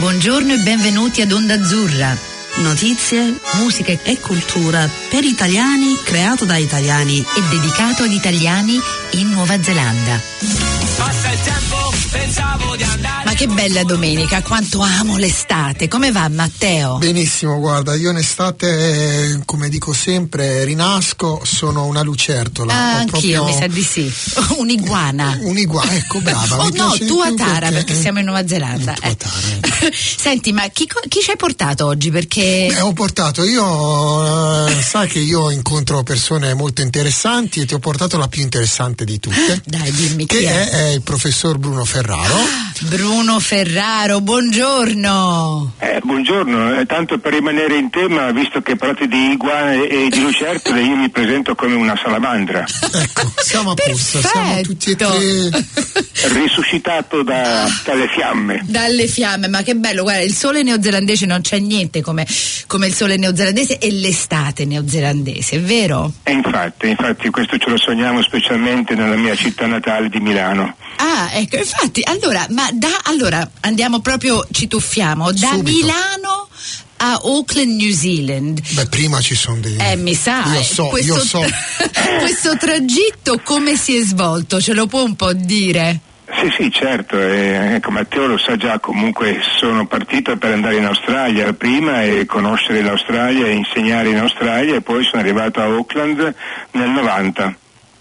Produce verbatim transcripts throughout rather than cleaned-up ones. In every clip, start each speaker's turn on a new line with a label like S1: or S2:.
S1: Buongiorno e benvenuti ad Onda Azzurra.
S2: Notizie, musica e cultura per italiani, creato da italiani
S1: e dedicato ad italiani in Nuova Zelanda.
S3: Passa il tempo, pensavo di andare.
S1: Ma che bella domenica, quanto amo l'estate. Come va, Matteo?
S4: Benissimo, guarda, io in estate, come dico sempre, rinasco, sono una lucertola.
S1: Ah,
S4: Ho
S1: anch'io,
S4: proprio...
S1: mi sa di sì. Un'iguana.
S4: Un'iguana, ecco, brava.
S1: Oh
S4: mi
S1: no,
S4: piace
S1: tua
S4: di più
S1: tara, perché...
S4: perché
S1: siamo in Nuova Zelanda.
S4: Tua tara.
S1: Eh. Senti, ma chi, chi ci hai portato oggi? Perché...
S4: Beh, ho portato, io, eh, sai che io incontro persone molto interessanti e ti ho portato la più interessante di tutte.
S1: Dai, dimmi chi
S4: che
S1: è.
S4: è, è il professor Bruno Ferraro.
S1: Ah, Bruno Ferraro, buongiorno.
S5: Eh, buongiorno, eh, tanto per rimanere in tema, visto che parlate di iguane e di lucertole, io mi presento come una salamandra.
S4: Ecco, siamo a posto, siamo tutti e tre
S5: risuscitato da, dalle fiamme.
S1: Dalle fiamme, ma che bello, guarda, il sole neozelandese non c'è niente come, come il sole neozelandese e l'estate neozelandese, è vero?
S5: E infatti, infatti questo ce lo sogniamo specialmente nella mia città natale di Milano.
S1: Ah, ecco, infatti, allora, ma da, allora, andiamo proprio, ci tuffiamo, da
S4: Subito.
S1: Milano a Auckland, New Zealand.
S4: Beh, prima ci sono dei...
S1: Eh, mi sa,
S4: Io
S1: eh,
S4: so,
S1: questo,
S4: io so.
S1: questo tragitto come si è svolto? Ce lo può un po' dire?
S5: Sì, sì, certo, eh, ecco, Matteo lo sa già, comunque sono partito per andare in Australia prima e conoscere l'Australia e insegnare in Australia e poi sono arrivato a Auckland nel novanta.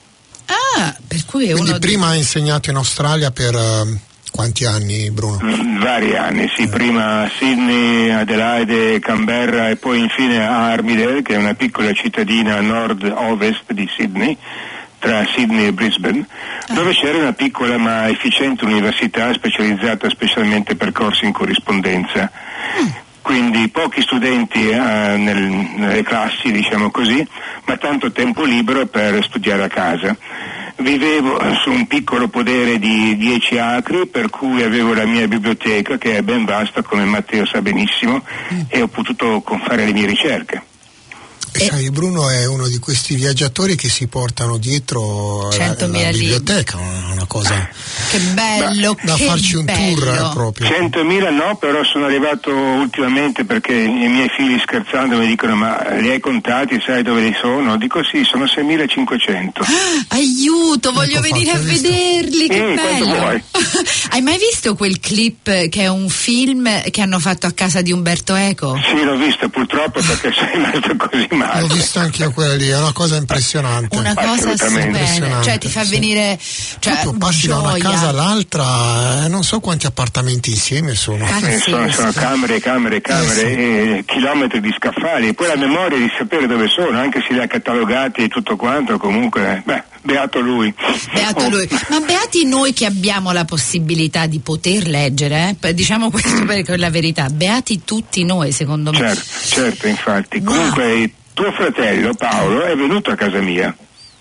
S1: Ah, per cui è
S4: Quindi
S1: uno
S4: prima ha insegnato in Australia per uh, quanti anni, Bruno?
S5: Mm, vari anni, sì, prima a Sydney, Adelaide, Canberra e poi infine a Armidale, che è una piccola cittadina a nord-ovest di Sydney, tra Sydney e Brisbane, ah. dove c'era una piccola ma efficiente università specializzata specialmente per corsi in corrispondenza. Mm. Quindi pochi studenti eh, nel, nelle classi, diciamo così, ma tanto tempo libero per studiare a casa. Vivevo su un piccolo podere di dieci acri, per cui avevo la mia biblioteca, che è ben vasta, come Matteo sa benissimo, mm. e ho potuto fare le mie ricerche.
S4: E sai, Bruno è uno di questi viaggiatori che si portano dietro la, la biblioteca, una cosa
S1: che bello,
S4: da
S1: che
S4: farci un
S1: bello.
S4: tour eh, proprio.
S5: centomila no, però sono arrivato ultimamente perché i miei figli scherzando mi dicono: ma li hai contati, sai dove li sono? Dico sì, sono seimilacinquecento.
S1: Ah, aiuto, voglio
S4: ecco
S1: venire
S4: fatto,
S1: a vederli, che
S5: mm,
S1: bello. Hai mai visto quel clip che è un film che hanno fatto a casa di Umberto Eco?
S5: Sì, l'ho visto purtroppo perché sei rimasto così male.
S4: L'ho visto anche io quella lì, è una cosa impressionante.
S1: Una cosa stupenda, cioè ti fa
S4: sì.
S1: venire, cioè,
S4: proprio passi
S1: gioia.
S4: da una casa all'altra, eh, non so quanti appartamenti insieme sono.
S5: Eh, sono, sono camere, camere, camere,
S4: eh, sì.
S5: e chilometri di scaffali, e poi la memoria di sapere dove sono, anche se li ha catalogati e tutto quanto, comunque, beh, beato lui.
S1: Beato
S5: oh.
S1: lui. Ma beati noi che abbiamo la possibilità di poter leggere, eh? Diciamo questo perché è la verità, beati tutti noi, secondo me.
S5: Certo, certo, infatti.
S1: Wow.
S5: Comunque tuo fratello Paolo è venuto a casa mia.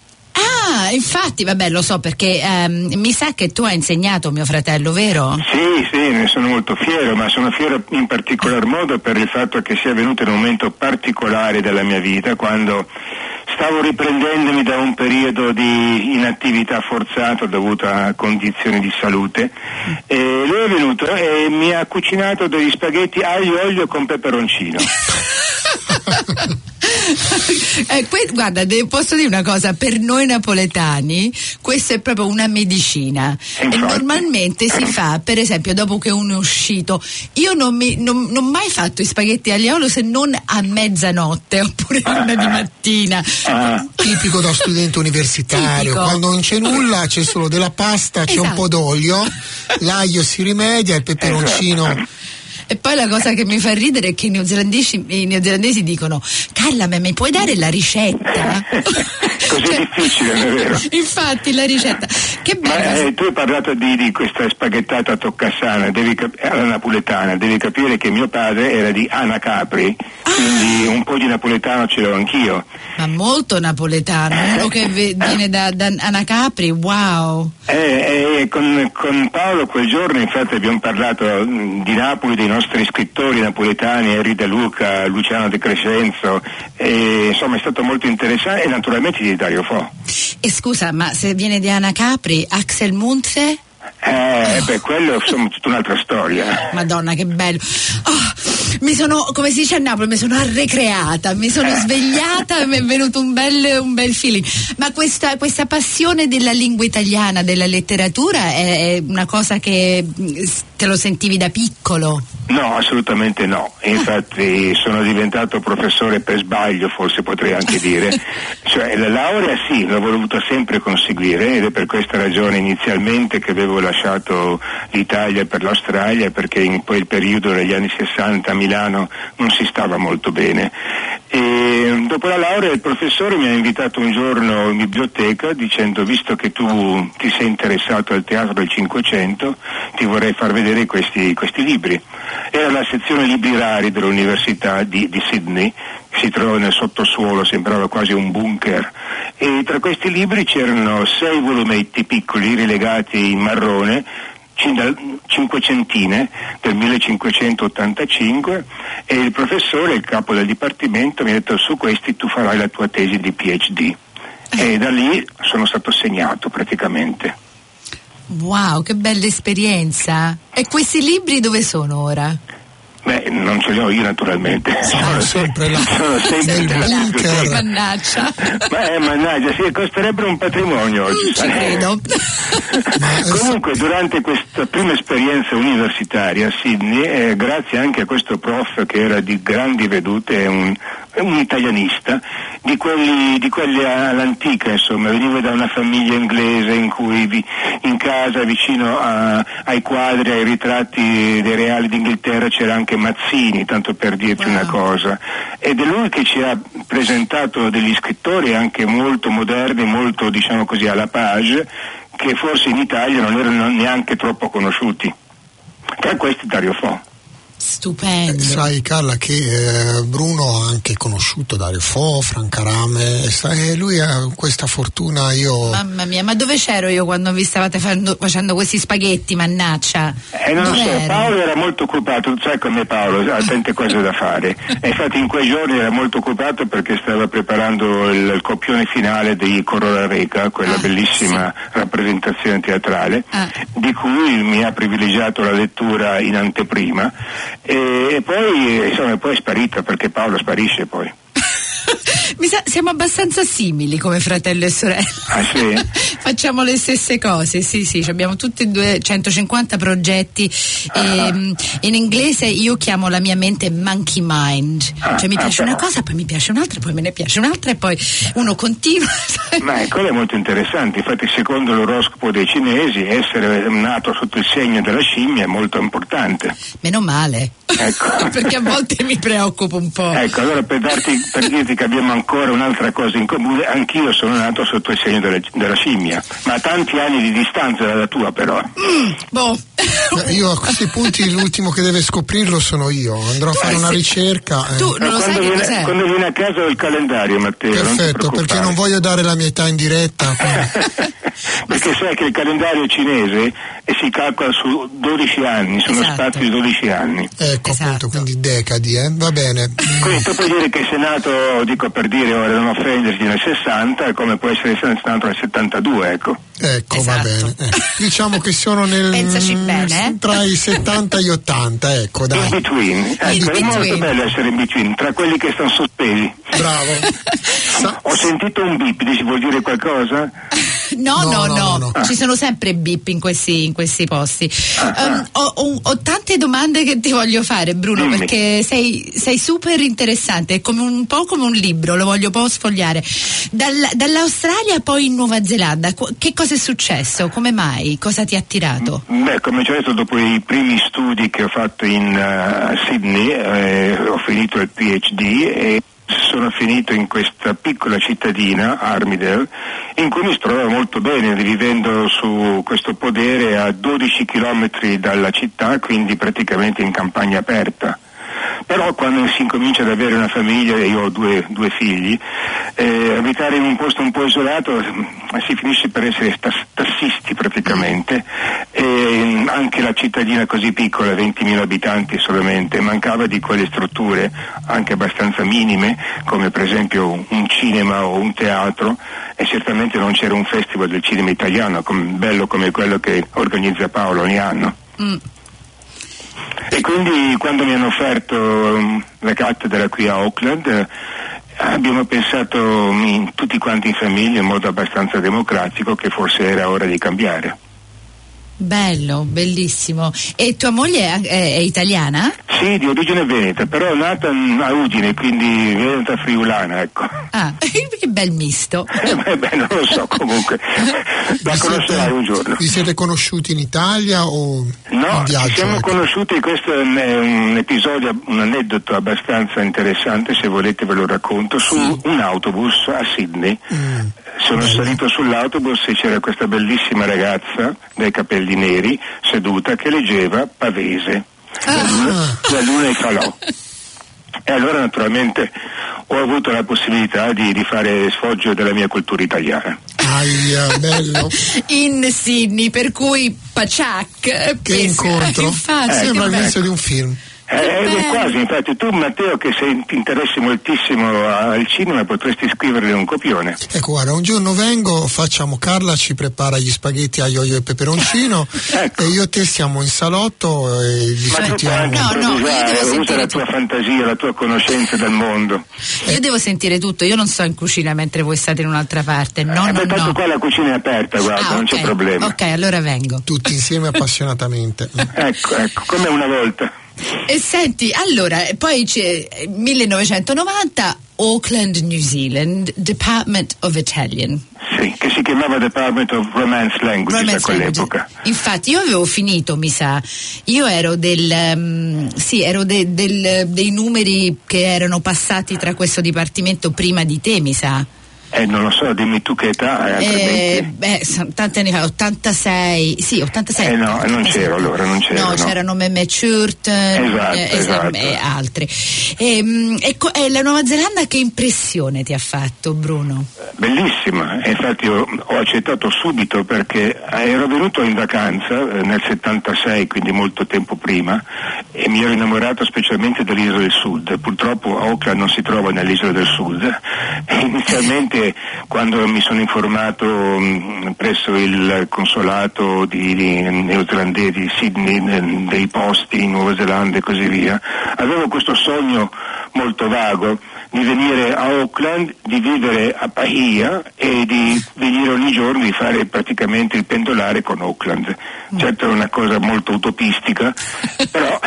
S1: Ah, infatti, vabbè, lo so perché ehm, mi sa che tu hai insegnato mio fratello, vero?
S5: Sì, sì, ne sono molto fiero, ma sono fiero in particolar modo per il fatto che sia venuto in un momento particolare della mia vita, quando stavo riprendendomi da un periodo di inattività forzata dovuto a condizioni di salute, e lui è venuto e mi ha cucinato degli spaghetti aglio e olio con peperoncino.
S1: eh, que- guarda, te posso dire una cosa, per noi napoletani questa è proprio una medicina.
S5: Infatti.
S1: E normalmente si fa, per esempio, dopo che uno è uscito, io non mi non, non ho mai fatto i spaghetti aglio e olio se non a mezzanotte oppure una di mattina.
S5: Ah.
S4: Tipico da studente universitario.
S1: Tipico.
S4: Quando non c'è nulla, c'è solo della pasta, c'è
S1: Esatto.
S4: un po' d'olio, l'aglio si rimedia, il peperoncino.
S1: E poi la cosa che mi fa ridere è che i neozelandesi, i neozelandesi dicono: Carla, ma mi puoi dare la ricetta?
S5: Così
S1: Cioè,
S5: difficile, non è vero?
S1: Infatti, la ricetta. Che
S5: Ma
S1: bello.
S5: eh, tu hai parlato di, di questa spaghettata toccasana, devi cap- alla napoletana, devi capire che mio padre era di Anacapri,
S1: Ah.
S5: quindi un po' di napoletano ce l'ho anch'io.
S1: Ma molto napoletano, uno che ve- viene da, da Anacapri, wow.
S5: Eh, eh, con, con Paolo quel giorno infatti abbiamo parlato mh, di Napoli, dei nostri scrittori napoletani, Henri De Luca, Luciano De Crescenzo, e, insomma è stato molto interessante, e naturalmente di Dario Fo.
S1: E scusa, ma se viene di Anacapri, Axel Munthe?
S5: Eh, Eh, beh, quello insomma tutta un'altra storia.
S1: Madonna, che bello. Oh, mi sono, come si dice a Napoli, mi sono arrecreata, mi sono svegliata e mi è venuto un bel, un bel feeling. Ma questa, questa passione della lingua italiana, della letteratura, è, è una cosa che te lo sentivi da piccolo?
S5: No, assolutamente no. Infatti sono diventato professore per sbaglio, forse potrei anche dire. Cioè la laurea sì, l'ho voluta sempre conseguire ed è per questa ragione inizialmente che avevo lasciato l'Italia per l'Australia, perché in quel periodo negli anni sessanta a Milano non si stava molto bene. E dopo la laurea il professore mi ha invitato un giorno in biblioteca dicendo: visto che tu ti sei interessato al teatro del Cinquecento, ti vorrei far vedere questi, questi libri. Era la sezione libri rari dell'Università di, di Sydney, si trova nel sottosuolo, sembrava quasi un bunker, e tra questi libri c'erano sei volumetti piccoli rilegati in marrone, cinquecentine del millecinquecentottantacinque, e il professore, il capo del dipartimento, mi ha detto: su questi tu farai la tua tesi di PhD. E da lì sono stato segnato praticamente.
S1: Wow, che bella esperienza! E questi libri dove sono ora?
S5: Beh, non ce li ho io naturalmente.
S4: Sono sempre là.
S5: Sono sempre
S1: là. Mannaggia.
S5: Ma eh, mannaggia, sì, costerebbero un patrimonio oggi.
S1: Mm, ci credo.
S5: Comunque, durante questa prima esperienza universitaria a Sydney, eh, grazie anche a questo prof che era di grandi vedute, un, un italianista, di quelli, di quelli all'antica, insomma, veniva da una famiglia inglese in cui vi, in casa vicino a, ai quadri, ai ritratti dei reali d'Inghilterra c'era anche Mazzini, tanto per dirti wow. una cosa, ed è lui che ci ha presentato degli scrittori anche molto moderni, molto, diciamo così, alla page, che forse in Italia non erano neanche troppo conosciuti. Tra questi Dario Fo.
S1: Stupendo.
S4: Sai Carla che eh, Bruno ha anche conosciuto Dario Fo, Franca Rame, e lui ha questa fortuna. Io
S1: mamma mia, ma dove c'ero io quando vi stavate facendo, facendo questi spaghetti, mannaccia?
S5: Eh non lo so, Paolo era molto occupato, sai come Paolo, ha tante cose da fare, e infatti in quei giorni era molto occupato perché stava preparando il, il copione finale di Corora Reca, quella ah, bellissima sì. rappresentazione teatrale, ah. di cui mi ha privilegiato la lettura in anteprima. E poi insomma poi è sparita, perché Paolo sparisce poi.
S1: Mi sa, siamo abbastanza simili come fratello e sorella.
S5: Ah sì?
S1: Facciamo le stesse cose, sì sì, abbiamo tutti e due centocinquanta progetti. Ah. E, in inglese io chiamo la mia mente monkey mind, ah, cioè mi piace ah, una cosa, poi mi piace un'altra, poi me ne piace un'altra e poi uno continua.
S5: Ma quello è molto interessante, infatti secondo l'oroscopo dei cinesi essere nato sotto il segno della scimmia è molto importante.
S1: Meno male.
S5: Ecco.
S1: Perché a volte mi preoccupo un po'.
S5: Ecco, allora per, darti, per dirti che abbiamo ancora un'altra cosa in comune, anch'io sono nato sotto il segno della, della scimmia, ma a tanti anni di distanza dalla tua però.
S1: Mm, boh.
S4: Io a questi punti l'ultimo che deve scoprirlo sono io, andrò tu a fare una sei... ricerca.
S1: Eh. Tu non lo sai
S5: viene,
S1: che cos'è?
S5: Quando viene a casa ho il calendario, Matteo.
S4: Perfetto,
S5: non
S4: perché non voglio dare la mia età in diretta.
S5: Perché sai che il calendario cinese e si calcola su dodici anni, sono
S1: esatto.
S5: spazi di dodici anni.
S4: Ecco,
S1: esatto.
S4: appunto, quindi decadi, eh? Va bene.
S5: Quindi tu puoi dire che sei nato, dico per dire, ora non offenderti, nel sessanta, come può essere nato nel settantadue, ecco.
S4: Ecco,
S1: esatto.
S4: va bene. Eh. Diciamo che sono nel
S1: Pensaci bene, eh?
S4: tra i settanta e gli ottanta, ecco, dai.
S5: In between.
S1: In
S5: ecco,
S1: between.
S5: È molto bello essere in between, tra quelli che stanno sospesi.
S4: Bravo.
S5: Sa- Ho sentito un bip, dici vuol dire qualcosa?
S1: No, no, no, no, no.
S4: no.
S1: Ah. Ci sono sempre bip in questi, in questi posti. Um, ho, ho, ho tante domande che ti voglio fare, Bruno,
S5: Dimmi.
S1: perché sei, sei super interessante, è come un po' come un libro, lo voglio un po' sfogliare. Dal, dall'Australia poi in Nuova Zelanda, che cosa è successo? Come mai? Cosa ti ha attirato?
S5: Beh, come ci ho detto, dopo i primi studi che ho fatto in uh, Sydney, eh, ho finito il PhD e sono finito in questa piccola cittadina, Armidale, in cui mi trovavo molto bene, vivendo su questo podere a dodici chilometri dalla città, quindi praticamente in campagna aperta. Però quando si incomincia ad avere una famiglia, e io ho due, due figli, eh, abitare in un posto un po' isolato si finisce per essere tass- tassisti praticamente, e e anche la cittadina così piccola, ventimila abitanti solamente, mancava di quelle strutture anche abbastanza minime, come per esempio un cinema o un teatro, e certamente non c'era un festival del cinema italiano come, bello come quello che organizza Paolo ogni anno. Mm. E quindi quando mi hanno offerto um, la cattedra qui a Auckland, eh, abbiamo pensato in, tutti quanti in famiglia in modo abbastanza democratico che forse era ora di cambiare.
S1: Bello, bellissimo. E tua moglie è, è, è italiana?
S5: Sì, di origine veneta, però è nata a Udine, quindi veneta friulana, ecco.
S1: Ah, che bel misto.
S5: Eh, beh, non lo so, comunque. La conoscerai un giorno.
S4: Vi siete conosciuti in Italia o
S5: no,
S4: in viaggio?
S5: Ci siamo
S4: ecco.
S5: conosciuti, questo è un, è un episodio, un aneddoto abbastanza interessante, se volete ve lo racconto, su sì. un autobus a Sydney. Mm. Sono Bello. salito sull'autobus e c'era questa bellissima ragazza dai capelli neri seduta che leggeva Pavese, ah. la, luna, la luna e calò. E allora naturalmente ho avuto la possibilità di, di fare sfoggio della mia cultura italiana.
S4: Aia, bello.
S1: In Sydney, per cui Paciac.
S4: Che
S1: pensa,
S4: incontro.
S1: Infatti,
S4: eh, sembra
S1: che
S4: l'inizio di un film.
S5: Eh, quasi, infatti tu Matteo che sei, ti interessi moltissimo al cinema potresti scriverle un copione.
S4: Ecco guarda, un giorno vengo, facciamo, Carla ci prepara gli spaghetti aglio olio e peperoncino ecco. e io e te stiamo in salotto e discutiamo.
S1: No, no, io devo
S5: usa
S1: sentire
S5: la tua tutto. fantasia, la tua conoscenza del mondo.
S1: Io eh. devo sentire tutto, io non sto in cucina mentre voi state in un'altra parte. No,
S5: eh,
S1: no,
S5: beh, tanto
S1: no.
S5: qua la cucina è aperta, guarda, ah, non
S1: okay.
S5: c'è problema.
S1: Ok, allora vengo.
S4: Tutti insieme appassionatamente.
S5: ecco, ecco, come una volta.
S1: E senti, allora, poi c'è millenovecentonovanta, Auckland, New Zealand, Department of Italian.
S5: Sì, che si chiamava Department of Romance Languages
S1: Romance
S5: a quell'epoca.
S1: Language. Infatti io avevo finito, mi sa, io ero del, um, sì, ero de, del, dei numeri che erano passati tra questo dipartimento prima di te, mi sa.
S5: Eh, non lo so, dimmi tu che età hai
S1: eh, beh, tanti anni fa, ottantasei, sì, ottantasei.
S5: Eh no, ottantasei. Non c'ero allora, non c'ero.
S1: No, no. c'erano Meme Churton
S5: esatto,
S1: eh,
S5: esatto.
S1: e altri. E, e, e la Nuova Zelanda che impressione ti ha fatto, Bruno?
S5: Bellissima, e infatti ho, ho accettato subito perché ero venuto in vacanza nel settantasei, quindi molto tempo prima, e mi ero innamorato specialmente dell'Isola del Sud. Purtroppo Auckland non si trova nell'Isola del Sud e inizialmente quando mi sono informato mh, presso il consolato di, di neozelandese di Sydney, dei posti in Nuova Zelanda e così via, avevo questo sogno molto vago di venire a Auckland, di vivere a Bahia e di venire ogni giorno, di fare praticamente il pendolare con Auckland. Certo è una cosa molto utopistica, però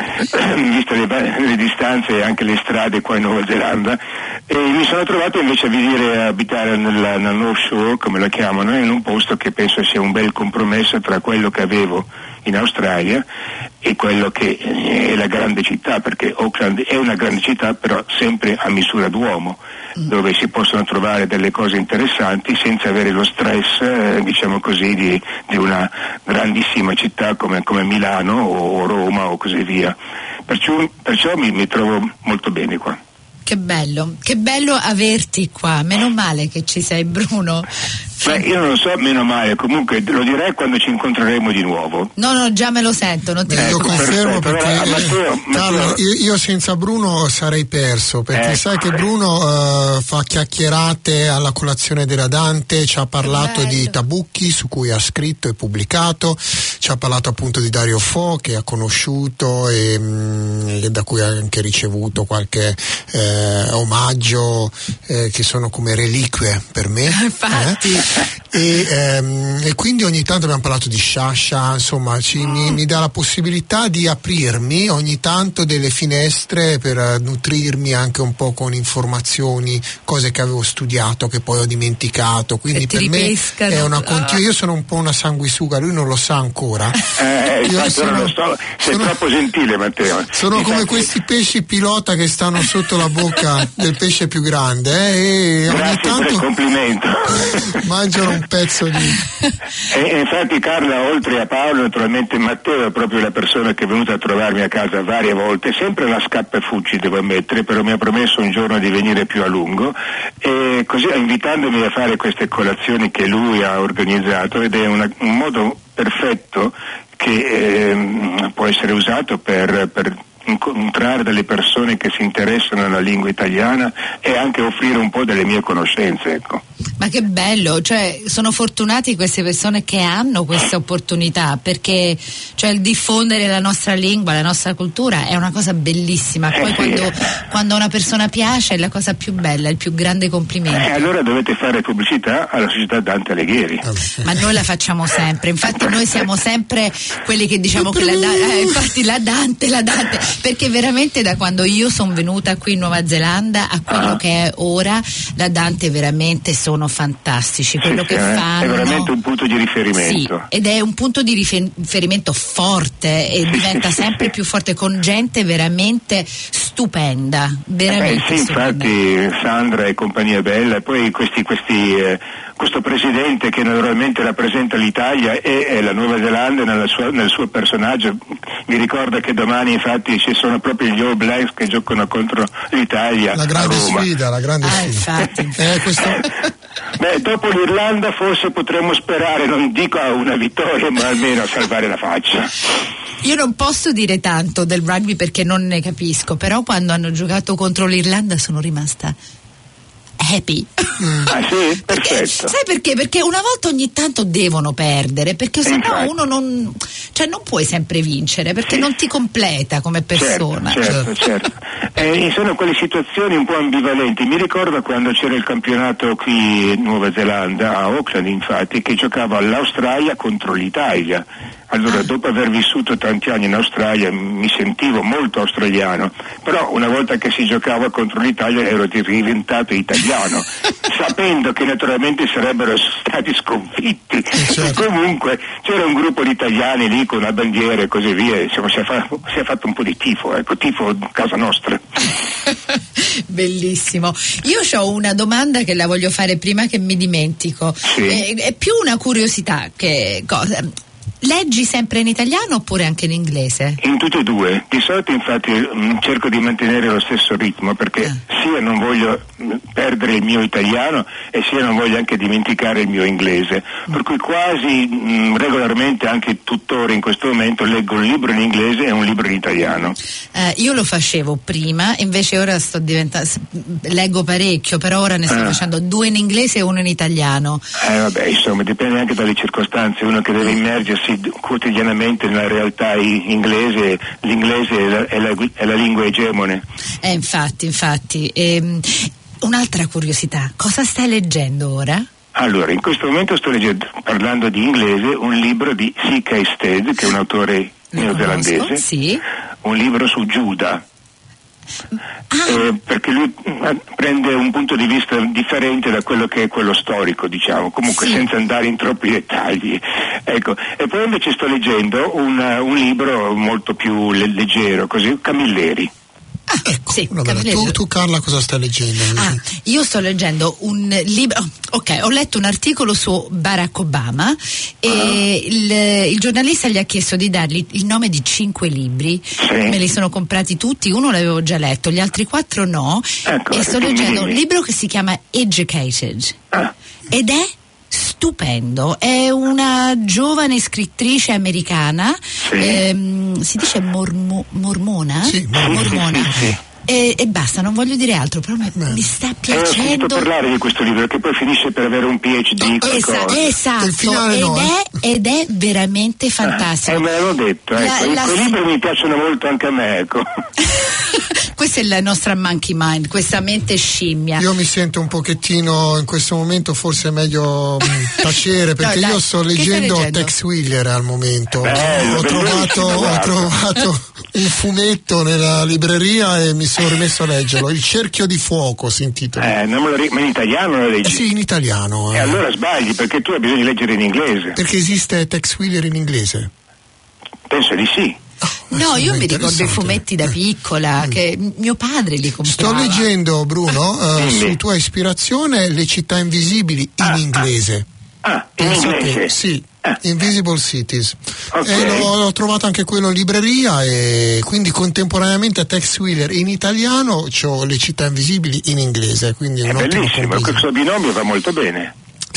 S5: viste le, le distanze e anche le strade qua in Nuova Zelanda, e mi sono trovato invece a vivere, a abitare nella, nel North Shore, come la chiamano, in un posto che penso sia un bel compromesso tra quello che avevo in Australia e quello che è la grande città, perché Auckland è una grande città però sempre a misura d'uomo, mm. dove si possono trovare delle cose interessanti senza avere lo stress, eh, diciamo così, di, di una grandissima città come, come Milano o Roma o così via. Perciò, perciò mi, mi trovo molto bene qua.
S1: Che bello, che bello averti qua, meno male che ci sei, Bruno.
S5: Beh, io non lo so, meno male, comunque lo direi quando ci incontreremo di nuovo.
S1: No, no, già me lo sento, non ti
S4: eh, Io confermo
S5: perfetto,
S4: perché
S5: allora, Matteo,
S4: Carlo,
S5: Matteo.
S4: Io, io senza Bruno sarei perso, perché
S5: ecco.
S4: sai che Bruno uh, fa chiacchierate alla colazione della Dante, ci ha parlato di Tabucchi su cui ha scritto e pubblicato, ci ha parlato appunto di Dario Fo che ha conosciuto e, mh, e da cui ha anche ricevuto qualche eh, omaggio eh, che sono come reliquie per me.
S1: Infatti.
S4: Eh? E, ehm, e quindi ogni tanto abbiamo parlato di Sciascia, insomma ci, mm. mi, mi dà la possibilità di aprirmi ogni tanto delle finestre per uh, nutrirmi anche un po' con informazioni, cose che avevo studiato che poi ho dimenticato, quindi per me è una continua. Io sono un po' una sanguisuga, lui non lo sa ancora.
S5: Eh, io sono, lo so, sei sono, troppo gentile, Matteo.
S4: Sono infatti, come questi pesci pilota che stanno sotto la bocca del pesce più grande eh, e
S5: grazie
S4: ogni tanto
S5: per il complimento.
S4: mangiano un pezzo di
S5: e infatti Carla, oltre a Paolo, naturalmente Matteo è proprio la persona che è venuta a trovarmi a casa varie volte, sempre la scappa e fuggi devo ammettere, però mi ha promesso un giorno di venire più a lungo, e così invitandomi a fare queste colazioni che lui ha organizzato, ed è una, un modo perfetto che eh, può essere usato per, per incontrare delle persone che si interessano alla lingua italiana e anche offrire un po' delle mie conoscenze, ecco.
S1: Ma che bello, cioè sono fortunati queste persone che hanno questa opportunità, perché cioè il diffondere la nostra lingua, la nostra cultura è una cosa bellissima. Poi
S5: eh sì.
S1: quando, quando una persona piace è la cosa più bella, il più grande complimento.
S5: E eh, allora dovete fare pubblicità alla società Dante Alighieri.
S1: Ma noi la facciamo sempre, infatti noi siamo sempre quelli che diciamo che la, eh, infatti la Dante, la Dante, perché veramente da quando io sono venuta qui in Nuova Zelanda a quello ah. che è ora, la Dante veramente sono fantastici, quello
S5: sì,
S1: che
S5: sì,
S1: fanno
S5: è veramente un punto di riferimento,
S1: sì, ed è un punto di riferimento forte e
S5: sì,
S1: diventa
S5: sì,
S1: sempre
S5: sì.
S1: più forte con gente veramente stupenda, veramente
S5: eh beh, sì,
S1: stupenda.
S5: infatti Sandra e compagnia bella, e poi questi, questi eh, questo presidente che naturalmente rappresenta l'Italia e, e la Nuova Zelanda nella sua, nel suo personaggio. Mi ricorda che domani infatti ci sono proprio gli All Blacks che giocano contro l'Italia,
S4: la grande
S5: a Roma.
S4: sfida, la grande
S1: ah,
S4: sfida.
S1: infatti.
S4: eh, questo...
S5: Beh, dopo l'Irlanda forse potremmo sperare, non dico a una vittoria, ma almeno a salvare la faccia.
S1: Io non posso dire tanto del rugby perché non ne capisco, però quando hanno giocato contro l'Irlanda sono rimasta happy.
S5: Mm. Ah sì? Perfetto.
S1: Perché, sai perché? Perché una volta ogni tanto devono perdere, perché se no uno non, cioè non puoi sempre vincere, perché
S5: sì.
S1: non ti completa come persona.
S5: Certo, certo, certo. Eh, sono quelle situazioni un po' ambivalenti. Mi ricordo quando c'era il campionato qui in Nuova Zelanda, a Auckland infatti, che giocava l'Australia contro l'Italia. Allora, dopo aver vissuto tanti anni in Australia mi sentivo molto australiano, però una volta che si giocava contro l'Italia ero diventato italiano, sapendo che naturalmente sarebbero stati sconfitti.
S4: Certo.
S5: Comunque c'era un gruppo di italiani lì con la bandiera e così via, insomma si è, fa- si è fatto un po' di tifo, ecco, tifo casa nostra.
S1: Bellissimo. Io ho una domanda che la voglio fare prima che mi dimentico.
S5: Sì.
S1: È, è più una curiosità che cosa. Leggi sempre in italiano oppure anche in inglese?
S5: In tutte e due. Di solito infatti mh, cerco di mantenere lo stesso ritmo perché ah. sia non voglio mh, perdere il mio italiano e sia non voglio anche dimenticare il mio inglese. Mm. Per cui quasi mh, regolarmente, anche tuttora in questo momento, leggo un libro in inglese e un libro in italiano.
S1: Eh, io lo facevo prima, invece ora sto diventando, leggo parecchio, però ora ne sto ah. facendo due in inglese e uno in italiano.
S5: Eh vabbè, insomma, dipende anche dalle circostanze, uno che deve immergersi quotidianamente nella realtà inglese, l'inglese è la, è la, è la lingua egemone.
S1: Eh, infatti, infatti. Ehm, un'altra curiosità, cosa stai leggendo ora?
S5: Allora, in questo momento sto leggendo, parlando di inglese, un libro di C K Stead, che è un autore neozelandese,
S1: sì.
S5: Un libro su Giuda.
S1: Ah.
S5: Eh, perché lui eh, prende un punto di vista differente da quello che è quello storico, diciamo, comunque sì. senza andare in troppi dettagli, ecco. E poi invece sto leggendo un, un libro molto più le- leggero, così, Camilleri.
S1: Ah,
S4: ecco,
S1: sì,
S4: tu, tu Carla cosa stai leggendo?
S1: Ah, io sto leggendo un libro, ok, ho letto un articolo su Barack Obama e uh-huh. il, il giornalista gli ha chiesto di dargli il nome di cinque libri,
S5: sì.
S1: me li sono comprati tutti, uno l'avevo già letto, gli altri quattro no,
S5: ecco,
S1: e sto leggendo un libro che si chiama Educated
S5: ah.
S1: ed è stupendo, è una giovane scrittrice americana,
S5: sì.
S1: ehm, si dice mormo, mormona?
S4: Sì,
S1: mormona.
S5: Sì, sì, sì.
S1: E, e basta, non voglio dire altro, però mi, mi sta piacendo.
S5: Ho sentito parlare di questo libro che poi finisce per avere un P H D.
S1: Esa, esatto, ed,
S4: no,
S1: è, ed è veramente fantastico.
S5: Eh, me l'avevo detto, ecco. La, la... I libri mi piacciono molto anche a me, ecco.
S1: Questa è la nostra monkey mind, questa mente scimmia.
S4: Io mi sento un pochettino in questo momento forse è meglio mh, tacere perché
S1: no,
S4: io sto leggendo, leggendo Tex Willer al momento.
S5: Bello,
S4: ho, trovato, ho trovato un fumetto nella libreria e mi sono rimesso a leggerlo. Il cerchio di fuoco si intitola.
S5: Eh, non me lo ri- ma in italiano lo leggi?
S4: Eh sì, in italiano.
S5: E
S4: eh.
S5: allora sbagli perché tu hai bisogno di leggere in inglese.
S4: Perché esiste Tex Willer in inglese?
S5: Penso di sì.
S1: No, io mi ricordo i fumetti da piccola, mm. che mio padre li comprava.
S4: Sto leggendo, Bruno, uh, su tua ispirazione, Le città invisibili in
S5: ah,
S4: inglese.
S5: Ah, in inglese?
S4: Che, sì,
S5: ah.
S4: Invisible Cities.
S5: Okay.
S4: E l'ho, l'ho trovato anche quello in libreria e quindi contemporaneamente a Tex Willer in italiano c'ho Le città invisibili in inglese. Quindi
S5: è
S4: un
S5: bellissimo,
S4: ottimo
S5: questo binomio va molto bene.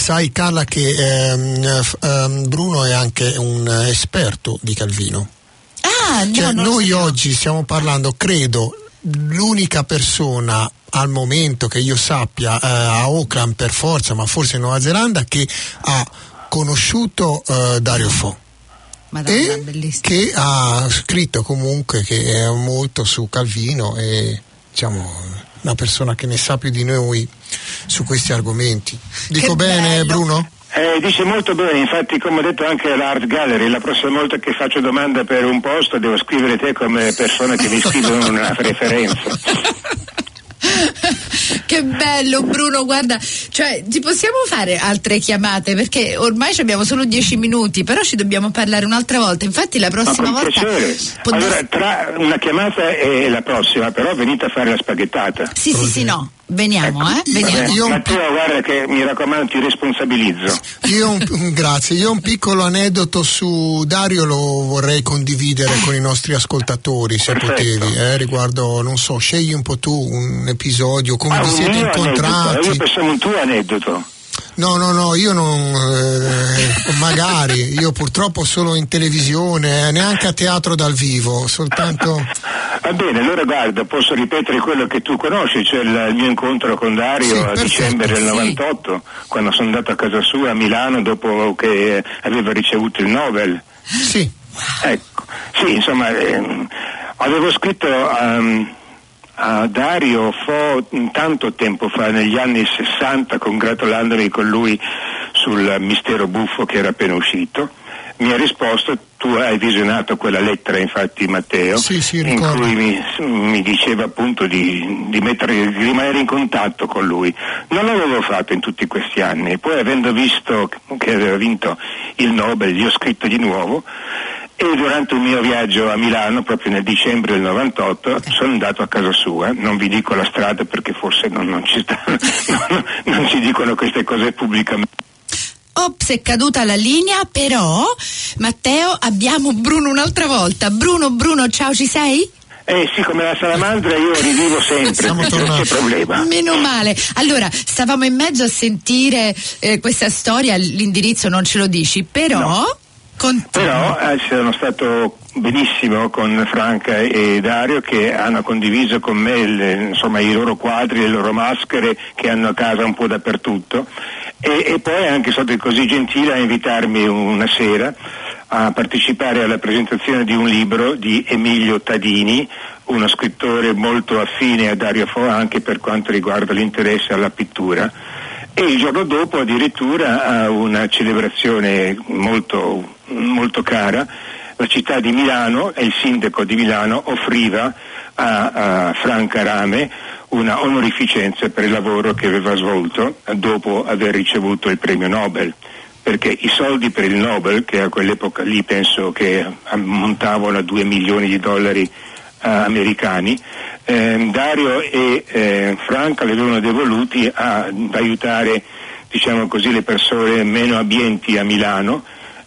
S4: sai Carla che ehm, ehm, Bruno è anche un esperto di Calvino.
S1: Ah, no,
S4: cioè,
S1: non
S4: noi
S1: so.
S4: oggi stiamo parlando, credo, l'unica persona al momento che io sappia eh, a Auckland per forza, ma forse in Nuova Zelanda, che ha conosciuto eh, Dario Fo.
S1: Madonna,
S4: e
S1: bellissimo.
S4: Che ha scritto comunque che è molto su Calvino e diciamo una persona che ne sa più di noi su questi argomenti. Dico
S1: Che
S4: bene
S1: bello.
S4: Bruno?
S5: Eh, dice molto bene, infatti come ho detto anche all'Art Gallery, la prossima volta che faccio domanda per un posto devo scrivere te come persona che mi scrivono una referenza.
S1: Che bello Bruno, guarda, cioè ci possiamo fare altre chiamate perché ormai ci abbiamo solo dieci minuti, però ci dobbiamo parlare un'altra volta, infatti la prossima
S5: Ma con
S1: volta
S5: piacere.
S1: pot-
S5: Allora tra una chiamata e la prossima però venite a fare la spaghettata.
S1: sì sì sì no veniamo eh veniamo.
S5: Vabbè,
S4: Io-
S5: Matteo, guarda che mi raccomando ti responsabilizzo.
S4: Io un, un- grazie, io un piccolo aneddoto su Dario lo vorrei condividere con i nostri ascoltatori se
S5: Perfetto.
S4: potevi, eh, riguardo, non so, scegli un po' tu un episodio, come
S5: Ah,
S4: vi
S5: un
S4: siete
S5: mio
S4: incontrati.
S5: aneddoto. Io pensavo un tuo aneddoto.
S4: No, no, no, io non, eh, magari, io purtroppo solo in televisione, eh, neanche a teatro dal vivo, soltanto...
S5: Va bene, allora guarda, posso ripetere quello che tu conosci, cioè il, il mio incontro con Dario
S4: Sì,
S5: a
S4: perfetto,
S5: dicembre del
S1: sì.
S5: novantotto, quando sono andato a casa sua a Milano dopo che aveva ricevuto il Nobel.
S4: Sì,
S5: Ecco, sì, insomma, ehm, avevo scritto um, a Dario Fo tanto tempo fa, negli anni sessanta, congratulandomi con lui sul Mistero buffo che era appena uscito. Mi ha risposto, tu hai visionato quella lettera infatti Matteo,
S4: Sì, sì,
S5: in
S4: ricordo.
S5: cui mi, mi diceva appunto di, di, mettere, di rimanere in contatto con lui. Non l'avevo fatto in tutti questi anni, poi avendo visto che aveva vinto il Nobel gli ho scritto di nuovo e durante un mio viaggio a Milano, proprio nel dicembre del novantotto, sono andato a casa sua, non vi dico la strada perché forse non, non ci sta, non, non si dicono queste cose pubblicamente.
S1: Ops, è caduta la linea, però Matteo abbiamo Bruno un'altra volta. Bruno, Bruno, ciao, ci sei?
S5: Eh sì, come la salamandra io rivivo sempre,
S4: Siamo
S5: non
S4: tornati.
S5: c'è problema.
S1: Meno male. Allora, stavamo in mezzo a sentire eh, questa storia, l'indirizzo non ce lo dici, però...
S5: No.
S1: Continua.
S5: Però eh, sono stato benissimo con Franca e Dario che hanno condiviso con me le, insomma, i loro quadri, le loro maschere che hanno a casa un po' dappertutto e, e poi è anche stato così gentile a invitarmi una sera a partecipare alla presentazione di un libro di Emilio Tadini, uno scrittore molto affine a Dario Fo anche per quanto riguarda l'interesse alla pittura. E il giorno dopo addirittura a una celebrazione molto, molto cara, la città di Milano e il sindaco di Milano offriva a, a Franca Rame una onorificenza per il lavoro che aveva svolto dopo aver ricevuto il premio Nobel, perché i soldi per il Nobel, che a quell'epoca lì penso che ammontavano a due milioni di dollari Uh, americani, eh, Dario e eh, Franca li avevano devoluti a, ad aiutare, diciamo così, le persone meno abbienti a Milano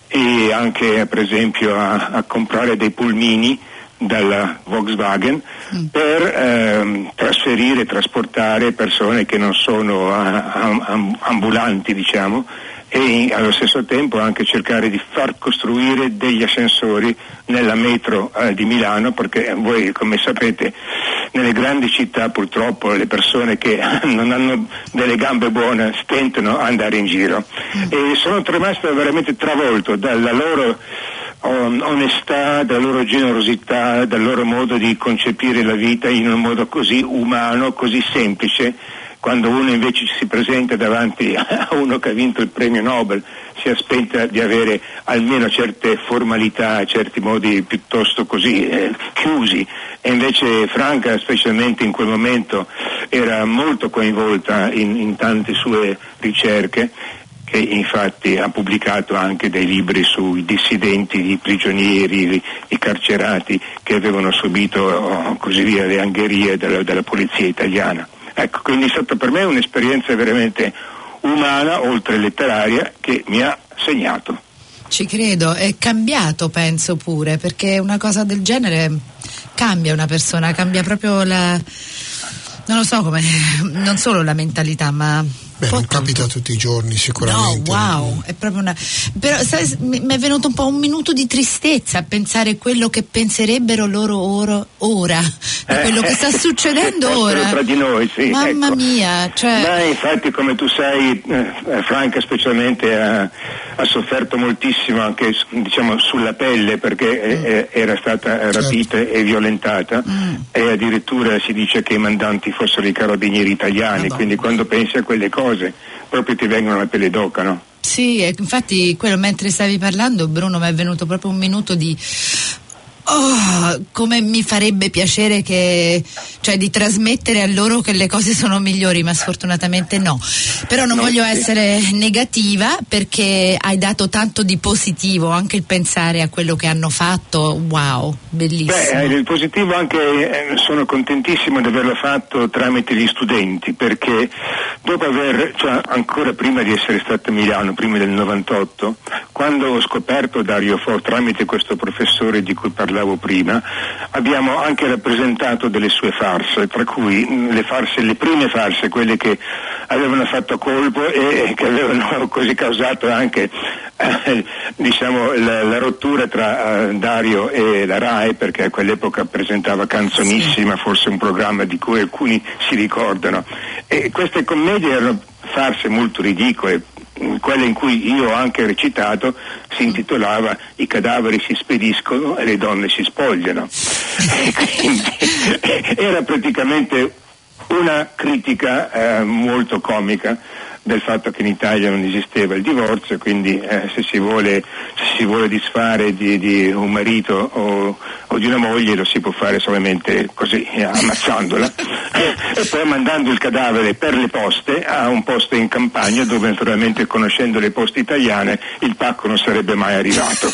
S5: e anche per esempio a, a comprare dei pulmini dalla Volkswagen mm. per ehm, trasferire, trasportare persone che non sono a, a, ambulanti, diciamo, e allo stesso tempo anche cercare di far costruire degli ascensori nella metro eh, di Milano, perché voi come sapete nelle grandi città purtroppo le persone che non hanno delle gambe buone stentano a andare in giro e sono rimasto veramente travolto dalla loro onestà, dalla loro generosità, dal loro modo di concepire la vita in un modo così umano, così semplice. Quando uno invece si presenta davanti a uno che ha vinto il premio Nobel si aspetta di avere almeno certe formalità, certi modi piuttosto così eh, chiusi, e invece Franca, specialmente in quel momento, era molto coinvolta in, in tante sue ricerche, che infatti ha pubblicato anche dei libri sui dissidenti, i prigionieri, i, i carcerati che avevano subito oh, così via le angherie della, della polizia italiana. Ecco, quindi è stata per me un'esperienza veramente umana, oltre letteraria, che mi ha segnato.
S1: Ci credo, è cambiato penso pure, perché una cosa del genere cambia una persona, cambia proprio la, non lo so come, non solo la mentalità, ma
S4: Beh, non capita tutti i giorni sicuramente.
S1: No, wow, è proprio una. Però sai, mi è venuto un po' un minuto di tristezza a pensare quello che penserebbero loro ora, ora di quello che sta succedendo ora.
S5: Tra di noi, sì.
S1: Mamma
S5: ecco.
S1: mia, cioè.
S5: Beh, infatti, come tu sai, eh, Franca specialmente ha, ha sofferto moltissimo anche, diciamo, sulla pelle, perché eh, era stata rapita certo. e violentata, mm. e addirittura si dice che i mandanti fossero i carabinieri italiani, Madonna. Quindi quando pensi a quelle cose proprio ti vengono la pelle d'oca, no?
S1: Sì, infatti quello, mentre stavi parlando, Bruno, mi è venuto proprio un minuto di oh, come mi farebbe piacere che, cioè, di trasmettere a loro che le cose sono migliori, ma sfortunatamente no. Però non no, voglio sì. essere negativa, perché hai dato tanto di positivo, anche il pensare a quello che hanno fatto, wow, bellissimo.
S5: Beh, il positivo anche, eh, sono contentissimo di averlo fatto tramite gli studenti, perché dopo aver, cioè ancora prima di essere stato a Milano, prima del novantotto, quando ho scoperto Dario Fo tramite questo professore di cui parlavo prima, abbiamo anche rappresentato delle sue farse, tra cui le farse, le prime farse, quelle che avevano fatto colpo e che avevano così causato anche eh, diciamo la, la rottura tra uh, Dario e la RAI, perché a quell'epoca presentava Canzonissima, forse un programma di cui alcuni si ricordano, e queste commedie erano farse molto ridicole. Quella in cui io ho anche recitato si intitolava I cadaveri si spediscono e le donne si spogliano. E quindi era praticamente una critica eh, molto comica del fatto che in Italia non esisteva il divorzio, quindi eh, se si vuole se si vuole disfare di, di un marito o, o di una moglie lo si può fare solamente così, eh, ammazzandola e poi mandando il cadavere per le poste a un posto in campagna, dove naturalmente, conoscendo le poste italiane, il pacco non sarebbe mai arrivato.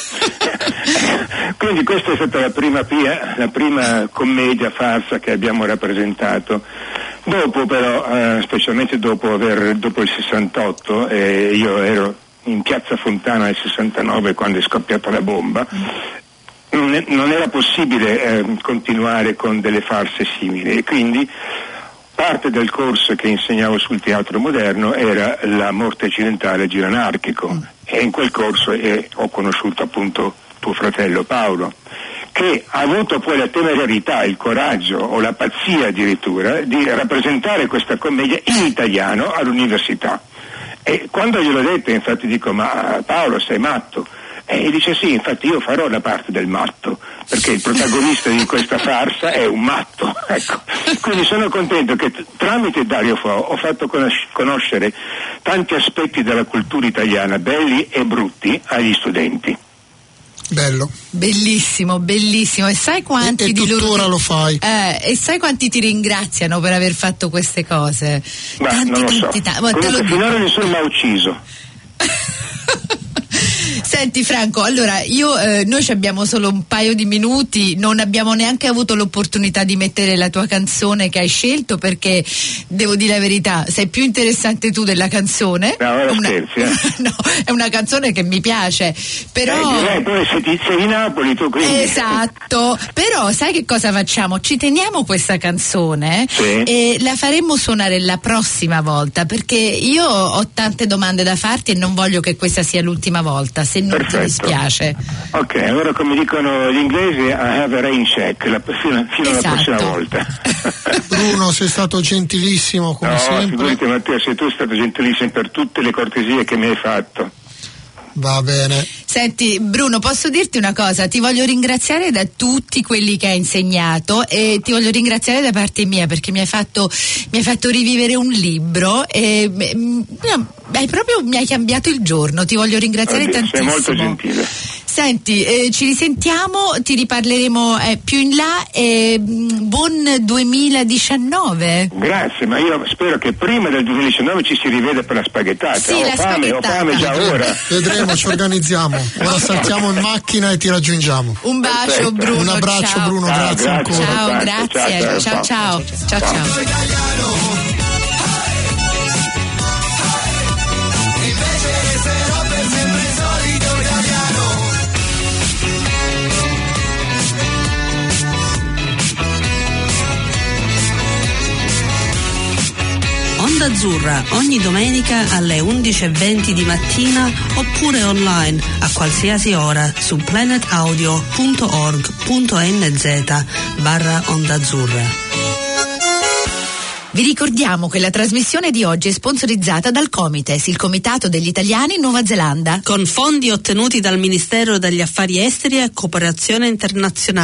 S5: Quindi questa è stata la prima, pia, la prima commedia farsa che abbiamo rappresentato. Dopo però, eh, specialmente dopo aver dopo il sessantotto, eh, io ero in Piazza Fontana nel sessantanove quando è scoppiata la bomba, non, non era possibile eh, continuare con delle farse simili, e quindi parte del corso che insegnavo sul teatro moderno era La morte accidentale e giro anarchico, mm. e in quel corso eh, ho conosciuto appunto tuo fratello Paolo, che ha avuto poi la temerarietà, il coraggio o la pazzia addirittura di rappresentare questa commedia in italiano all'università. E quando gliel'ho detto, infatti dico: ma Paolo, sei matto? E dice: sì, infatti io farò la parte del matto, perché il protagonista di questa farsa è un matto. Ecco. Quindi sono contento che t- tramite Dario Fo ho fatto conos- conoscere tanti aspetti della cultura italiana, belli e brutti, agli studenti.
S4: Bello.
S1: Bellissimo, bellissimo. E sai quanti
S4: e, e
S1: di
S4: tuttora
S1: loro
S4: lo fai.
S1: Eh, e sai quanti ti ringraziano per aver fatto queste cose?
S5: Ma
S1: tanti,
S5: non lo
S1: tanti,
S5: so.
S1: tanti.
S5: Comunque, finora nessuno mi ha ucciso.
S1: Senti Franco, allora io eh, noi ci abbiamo solo un paio di minuti, non abbiamo neanche avuto l'opportunità di mettere la tua canzone che hai scelto, perché devo dire la verità, sei più interessante tu della canzone.
S5: No, ora
S1: una,
S5: scherzi, eh.
S1: No, è una canzone che mi piace, però
S5: eh, direi, poi sei di, sei di Napoli tu, quindi.
S1: Esatto, però sai che cosa facciamo? Ci teniamo questa canzone,
S5: sì.
S1: E la faremo suonare la prossima volta, perché io ho tante domande da farti e non voglio che questa sia l'ultima volta, se non
S5: Perfetto.
S1: ti dispiace.
S5: Ok, allora, come dicono gli inglesi, I have a rain check, la, fino, fino
S1: esatto.
S5: alla prossima volta.
S4: Bruno, sei stato gentilissimo come
S5: no,
S4: sempre.
S5: Figurati, Matteo, sei tu stato gentilissimo per tutte le cortesie che mi hai fatto.
S4: Va bene.
S1: Senti Bruno, posso dirti una cosa? Ti voglio ringraziare da tutti quelli che hai insegnato, e ti voglio ringraziare da parte mia, perché mi hai fatto, mi hai fatto rivivere un libro e mm, hai proprio mi hai cambiato il giorno. Ti voglio ringraziare
S5: Oddio,
S1: tantissimo.
S5: Sei molto gentile.
S1: Senti, eh, ci risentiamo, ti riparleremo eh, più in là, e mh, buon duemiladiciannove.
S5: Grazie, ma io spero che prima del duemiladiciannove ci si riveda per la spaghettata.
S1: Sì,
S5: ho
S1: la
S5: fame, ho
S1: spaghettata.
S5: fame già ora.
S4: Vedremo, ci organizziamo. Ora saltiamo in macchina e ti raggiungiamo.
S1: Un bacio.
S5: Perfetto.
S1: Bruno.
S4: Un abbraccio
S1: ciao.
S4: Bruno,
S5: Ciao,
S4: grazie,
S5: grazie.
S4: ancora.
S1: Ciao,
S5: Ciao,
S1: grazie.
S5: ciao,
S1: Ciao ciao. Ciao ciao.
S2: Onda Azzurra ogni domenica alle undici e venti di mattina oppure online a qualsiasi ora su planetaudio punto org punto nz barra Onda Azzurra.
S1: Vi ricordiamo che la trasmissione di oggi è sponsorizzata dal Comites, il Comitato degli Italiani in Nuova Zelanda,
S2: con fondi ottenuti dal Ministero degli Affari Esteri e Cooperazione Internazionale.